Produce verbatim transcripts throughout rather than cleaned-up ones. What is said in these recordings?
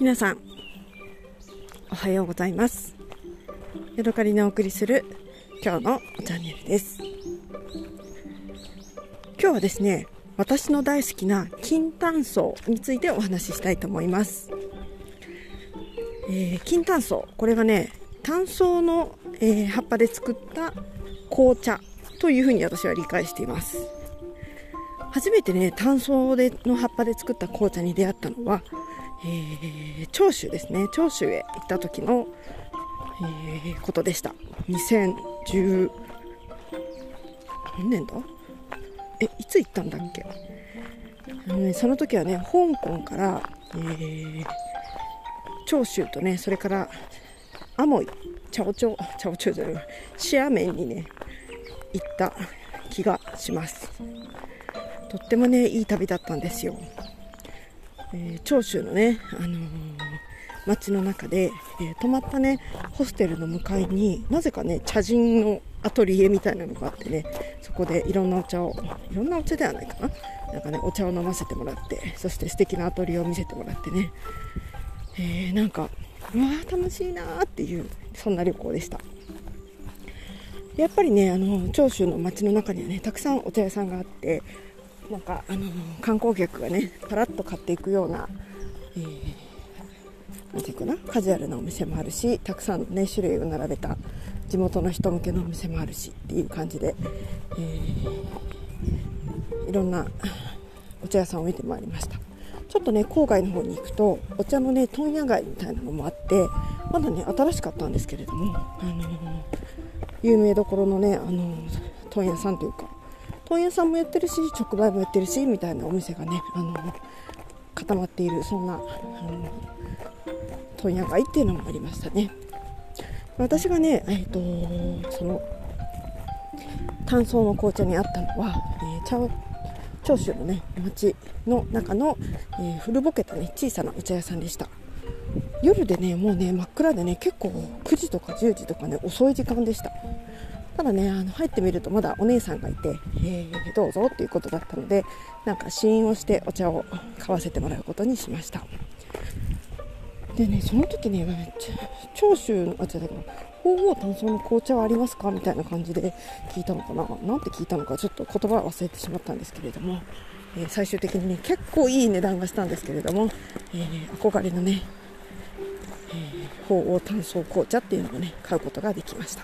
皆さんおはようございます。ヤドカリのお送りする今日のチャンネルです。今日はですね、私の大好きな金炭草についてお話ししたいと思います。えー、金炭草、これがね炭草の、えー、葉っぱで作った紅茶というふうに私は理解しています。初めてね炭草での葉っぱで作った紅茶に出会ったのは、えー、長州ですね。長州へ行った時の、えー、ことでした。にせんじゅう何年だえいつ行ったんだっけ。あの、ね、その時はね香港から、えー、長州とね、それからアモイチャオチョチャオチョじゃないシアメンにね行った気がします。とってもねいい旅だったんですよ。えー、長州のね、あのー、街の中で、えー、泊まったねホステルの向かいになぜかね茶人のアトリエみたいなのがあってね、そこでいろんなお茶をいろんなお茶ではないかななんかねお茶を飲ませてもらって、そして素敵なアトリエを見せてもらってね、えー、なんかうわー楽しいなーっていうそんな旅行でした。やっぱりねあの長州の街の中にはねたくさんお茶屋さんがあって、なんかあの観光客がねパラッと買っていくような、えー、なんていうかなカジュアルなお店もあるし、たくさんのね種類を並べた地元の人向けのお店もあるしっていう感じで、えー、いろんなお茶屋さんを見てまいりました。ちょっとね郊外の方に行くとお茶のね問屋街みたいなのもあって、まだね新しかったんですけれども、あのー、有名どころのね、あのー、問屋さんというか問屋さんもやってるし直売もやってるしみたいなお店がね、あのー、固まっているそんな、あのー、問屋街っていうのもありましたね。私がね、えー、とその炭草の紅茶にあったのは、えー、茶長州のね町の中の、えー、古ぼけたね小さなお茶屋さんでした。夜でねもうね真っ暗でね結構くじとかじゅうじとかね遅い時間でした。ただねあの入ってみるとまだお姉さんがいて、えー、どうぞっていうことだったので、なんか試飲をしてお茶を買わせてもらうことにしました。でねその時ね長州のあ違う鳳凰炭草の紅茶はありますかみたいな感じで聞いたのかな、なんて聞いたのかちょっと言葉は忘れてしまったんですけれども、えー、最終的にね結構いい値段がしたんですけれども、えー、憧れのね、えー、鳳凰炭草紅茶っていうのをね買うことができました。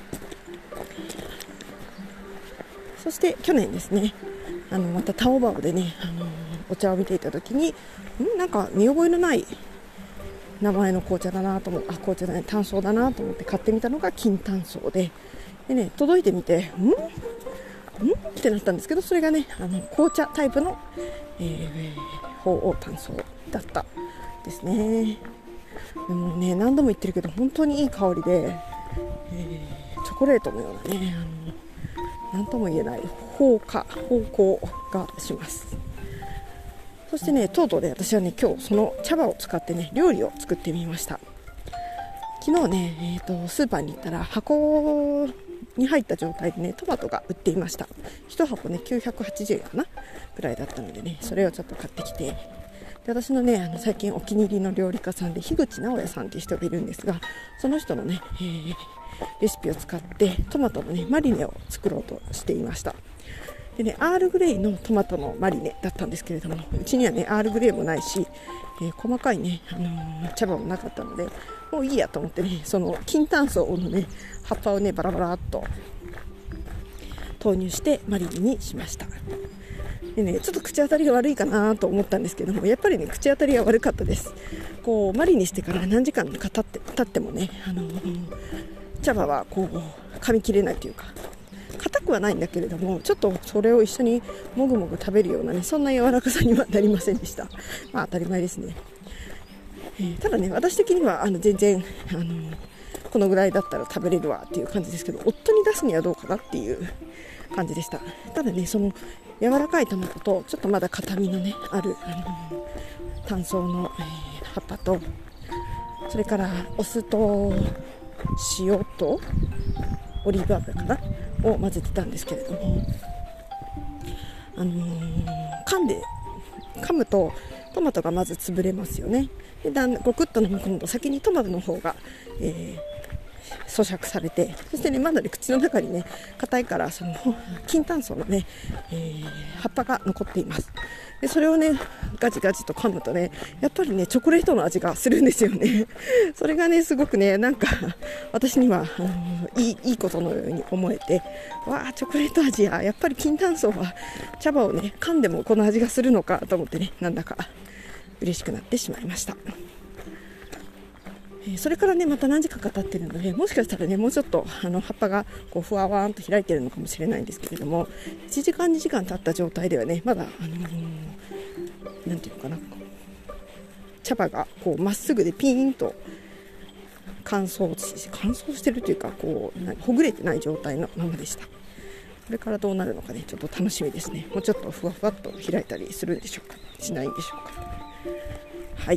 そして去年ですね、あのまたタオバオでね、あのー、お茶を見ていた時にんなんか見覚えのない名前の紅茶だなと思う、あ紅茶だね炭草だなと思って買ってみたのが金炭草で、でね届いてみてんんってなったんですけど、それがねあの紅茶タイプの、えー、鳳凰炭草だったですね。でもね何度も言ってるけど本当にいい香りで、えー、チョコレートのようなね、あの何とも言えない芳香芳香がします。そしてねとうとうで私はね今日その茶葉を使ってね料理を作ってみました。昨日ね、えーと、スーパーに行ったら箱に入った状態でねトマトが売っていました。いち箱ねきゅうひゃくはちじゅうえんかなぐらいだったのでね、それをちょっと買ってきて、で私のねあの最近お気に入りの料理家さんで樋口直哉さんという人がいるんですが、その人のね、えー、レシピを使ってトマトのねマリネを作ろうとしていました。でね、アールグレイのトマトのマリネだったんですけれども、うちにはねアールグレイもないし、えー、細かいね、あのー、茶葉もなかったのでもういいやと思ってね、その金炭草のね葉っぱをねバラバラっと投入してマリネにしました。でねちょっと口当たりが悪いかなと思ったんですけども、やっぱりね口当たりが悪かったです。こうマリネしてから何時間か経って経ってもね、あのー、茶葉はこう噛み切れないというか硬くはないんだけれども、ちょっとそれを一緒にもぐもぐ食べるようなねそんな柔らかさにはなりませんでした。まあ当たり前ですね。えー、ただね私的にはあの全然あのこのぐらいだったら食べれるわっていう感じですけど、夫に出すにはどうかなっていう感じでした。ただねその柔らかいトマトとちょっとまだ硬みのねあるあの炭草の、えー、葉っぱと、それからお酢と塩とオリーブ油かなを混ぜてたんですけれども、あのー、噛んで噛むとトマトがまず潰れますよね。でだんだんゴクッと飲み込むと先にトマトの方が、えー咀嚼されて、そしてねまだね口の中にね硬いからその金炭素のね、えー、葉っぱが残っています。でそれをねガジガジと噛むとねやっぱりねチョコレートの味がするんですよね。それがねすごくねなんか私にはあのいい、いいことのように思えて、わあチョコレート味ややっぱり金炭素は茶葉をね噛んでもこの味がするのかと思ってね、なんだか嬉しくなってしまいました。それからねまた何時間か経ってるので、もしかしたらねもうちょっとあの葉っぱがこうふわわーんと開いてるのかもしれないんですけれども、いちじかんにじかん経った状態ではねまだ、あのー、なんていうのかな、茶葉がこうまっすぐでピーンと乾燥し乾燥してるというかこうほぐれてない状態のままでした。これからどうなるのかねちょっと楽しみですね。もうちょっとふわふわっと開いたりするんでしょうか、しないんでしょうか。はい、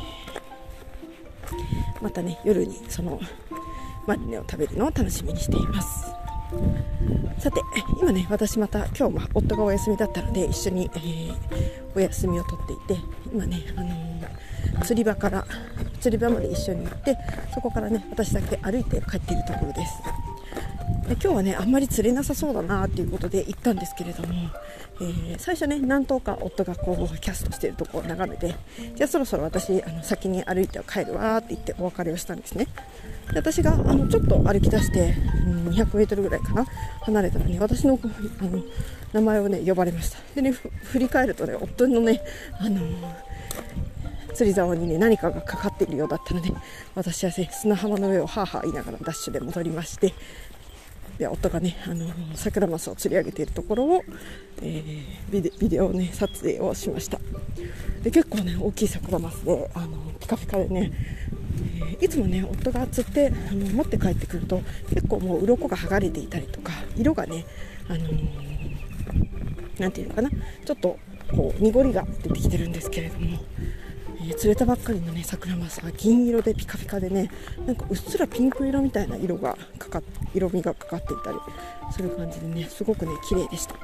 またね夜にそのマリネを食べるのを楽しみにしています。さて今ね私また今日も夫がお休みだったので一緒に、えー、お休みを取っていて、今ね、あのー、釣り場から釣り場まで一緒に行って、そこからね私だけ歩いて帰っているところです。で今日はねあんまり釣れなさそうだなということで行ったんですけれども、えー、最初ね何頭か夫がこうキャストしているところを眺めて、じゃあそろそろ私あの先に歩いて帰るわって言ってお別れをしたんですね。で私があのちょっと歩き出して、うん、にひゃくメートルぐらいかな離れたらね私の、あの名前をね呼ばれました。でね振り返るとね夫のね、あのー釣り竿にね何かがかかっているようだったので、私は、ね、砂浜の上をハーハー言いながらダッシュで戻りまして、で夫がねあのサクラマスを釣り上げているところを、えー、ビデ、ビデオ、ね、撮影をしました。で結構ね大きいサクラマスであのピカピカでね、えー、いつもね夫が釣ってあの持って帰ってくると結構もう鱗が剥がれていたりとか色がね、あのー、なんていうのかなちょっとこう濁りが出てきてるんですけれども、えー、釣れたばっかりのねサクラマスは銀色でピカピカでね、なんかうっすらピンク色みたいな色がかかっ色味がかかっていたりする感じでねすごくね綺麗でした。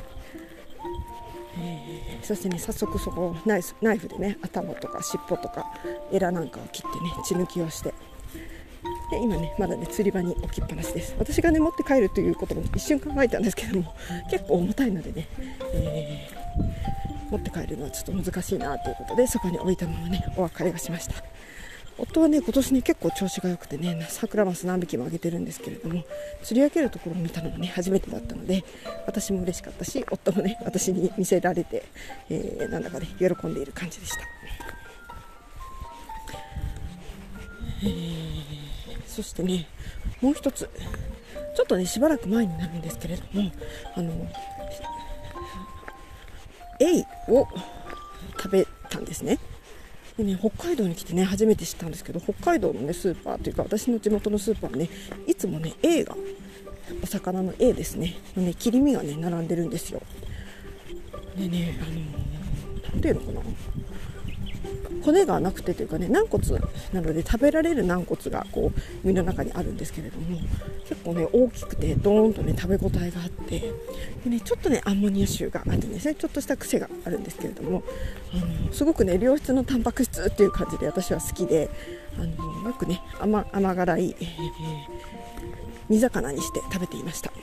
えー、そしてね早速そこをナイフ、ナイフでね頭とか尻尾とかエラなんかを切ってね血抜きをして、で今ねまだね釣り場に置きっぱなしです。私がね持って帰るということも一瞬考えたんですけども、結構重たいのでね、えー、持って帰るのはちょっと難しいなということでそこに置いたままねお別れがしました。夫はね今年ね結構調子が良くてねサクラマス何匹もあげてるんですけれども、釣り上げるところを見たのもね初めてだったので私も嬉しかったし、夫もね私に見せられて、えー、なんだかね喜んでいる感じでした。えー、そしてねもう一つちょっとねしばらく前になるんですけれども、あのエイを食べたんですね。でね、北海道に来てね初めて知ったんですけど、北海道の、ね、スーパーというか私の地元のスーパーはねいつもねエイがお魚のエイですねのね切り身がね並んでるんですよ。でねあのー、なんていうのかな、骨がなくてというかね軟骨なので食べられる軟骨がこう身の中にあるんですけれども、結構ね大きくてドーンとね食べ応えがあって、でねちょっとねアンモニア臭があってですねちょっとした癖があるんですけれども、あのすごくね良質のタンパク質っていう感じで私は好きで、あのよくね 甘, 甘辛い、えー、煮魚にして食べていました。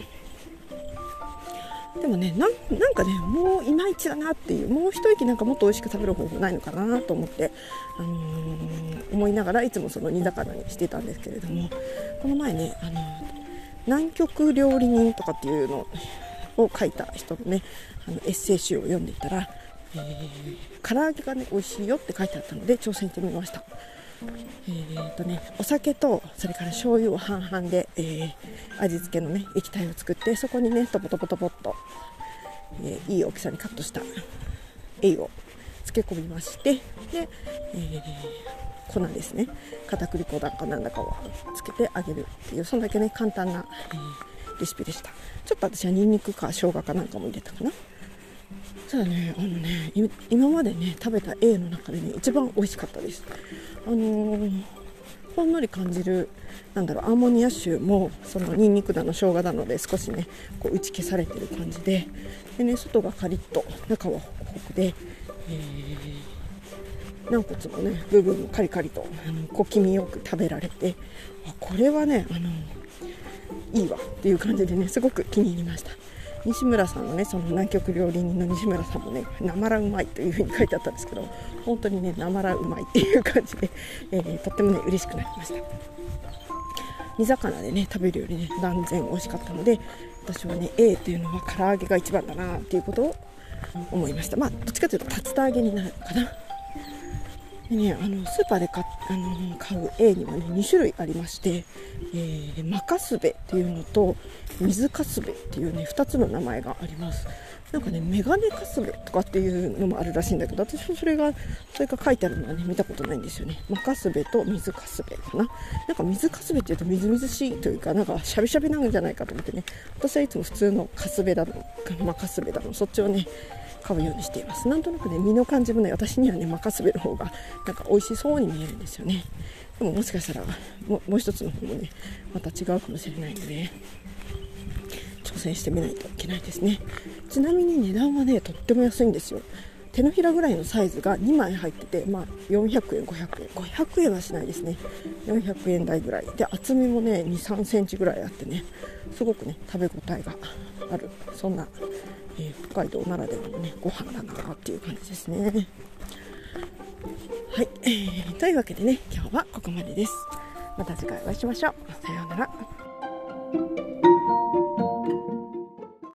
でもね な, なんかねもういまいちだなっていう、もう一息なんかもっと美味しく食べる方法ないのかなと思って、あのー、思いながらいつもその煮魚にしてたんですけれども、この前ね、あのー、南極料理人とかっていうのを書いた人のねあのエッセイ集を読んでいたら、えー、唐揚げがね美味しいよって書いてあったので挑戦してみました。えーとね、お酒とそれから醤油を半々で、えー、味付けの、ね、液体を作って、そこにねトポトポトポっと、えー、いい大きさにカットしたエイを漬け込みまして、で、えー、粉ですね片栗粉だかなんだかをつけてあげるっていう、そんだけね簡単な、えー、レシピでした。ちょっと私はニンニクか生姜かなんかも入れたかな。ただね、あのね今までね食べたエイの中でね一番美味しかったです。あのー、ほんのり感じるなんだろうアンモニア臭もそのニンニクだの生姜だので少しねこう打ち消されてる感じで、でね外がカリッと中はホクホクで、え軟骨もね部分もカリカリとあの小気味よく食べられて、あこれはねあのいいわっていう感じでねすごく気に入りました。西村さんのねその南極料理人の西村さんもねなまらうまいというふうに書いてあったんですけど、本当にねなまらうまいっていう感じで、えー、とってもね嬉しくなりました。煮魚でね食べるよりね断然美味しかったので、私はね A というのは唐揚げが一番だなっていうことを思いました。まあどっちかというと竜田揚げになるのかな。でね、あのスーパーで買、あの買う A にはねに種類ありまして、えー、マカスベっていうのと水カスベっていうねふたつの名前があります。なんかねメガネカスベとかっていうのもあるらしいんだけど、私はそれがそれが書いてあるのはね見たことないんですよね。マカスベと水カスベかな。なんか水カスベっていうとみずみずしいというか、なんかしゃびしゃびなんじゃないかと思ってね、私はいつも普通のカスベだのマカスベだのそっちをね買うようにしています。なんとなくね身の感じもね私にはねマカスベの方がなんか美味しそうに見えるんですよね。でももしかしたら も, もう一つの方もねまた違うかもしれないので挑戦してみないといけないですね。ちなみに値段はねとっても安いんですよ。手のひらぐらいのサイズがにまい入ってて、まあ、よんひゃくえんごひゃくえんごひゃくえんはしないですね。よんひゃくえん台ぐらいで、厚みもね にさんセンチぐらいあってねすごくね食べ応えがある、そんな、えー、北海道ならではのねご飯だなっていう感じですね。はい、えー、というわけでね今日はここまでです。また次回お会いしましょう。さようなら。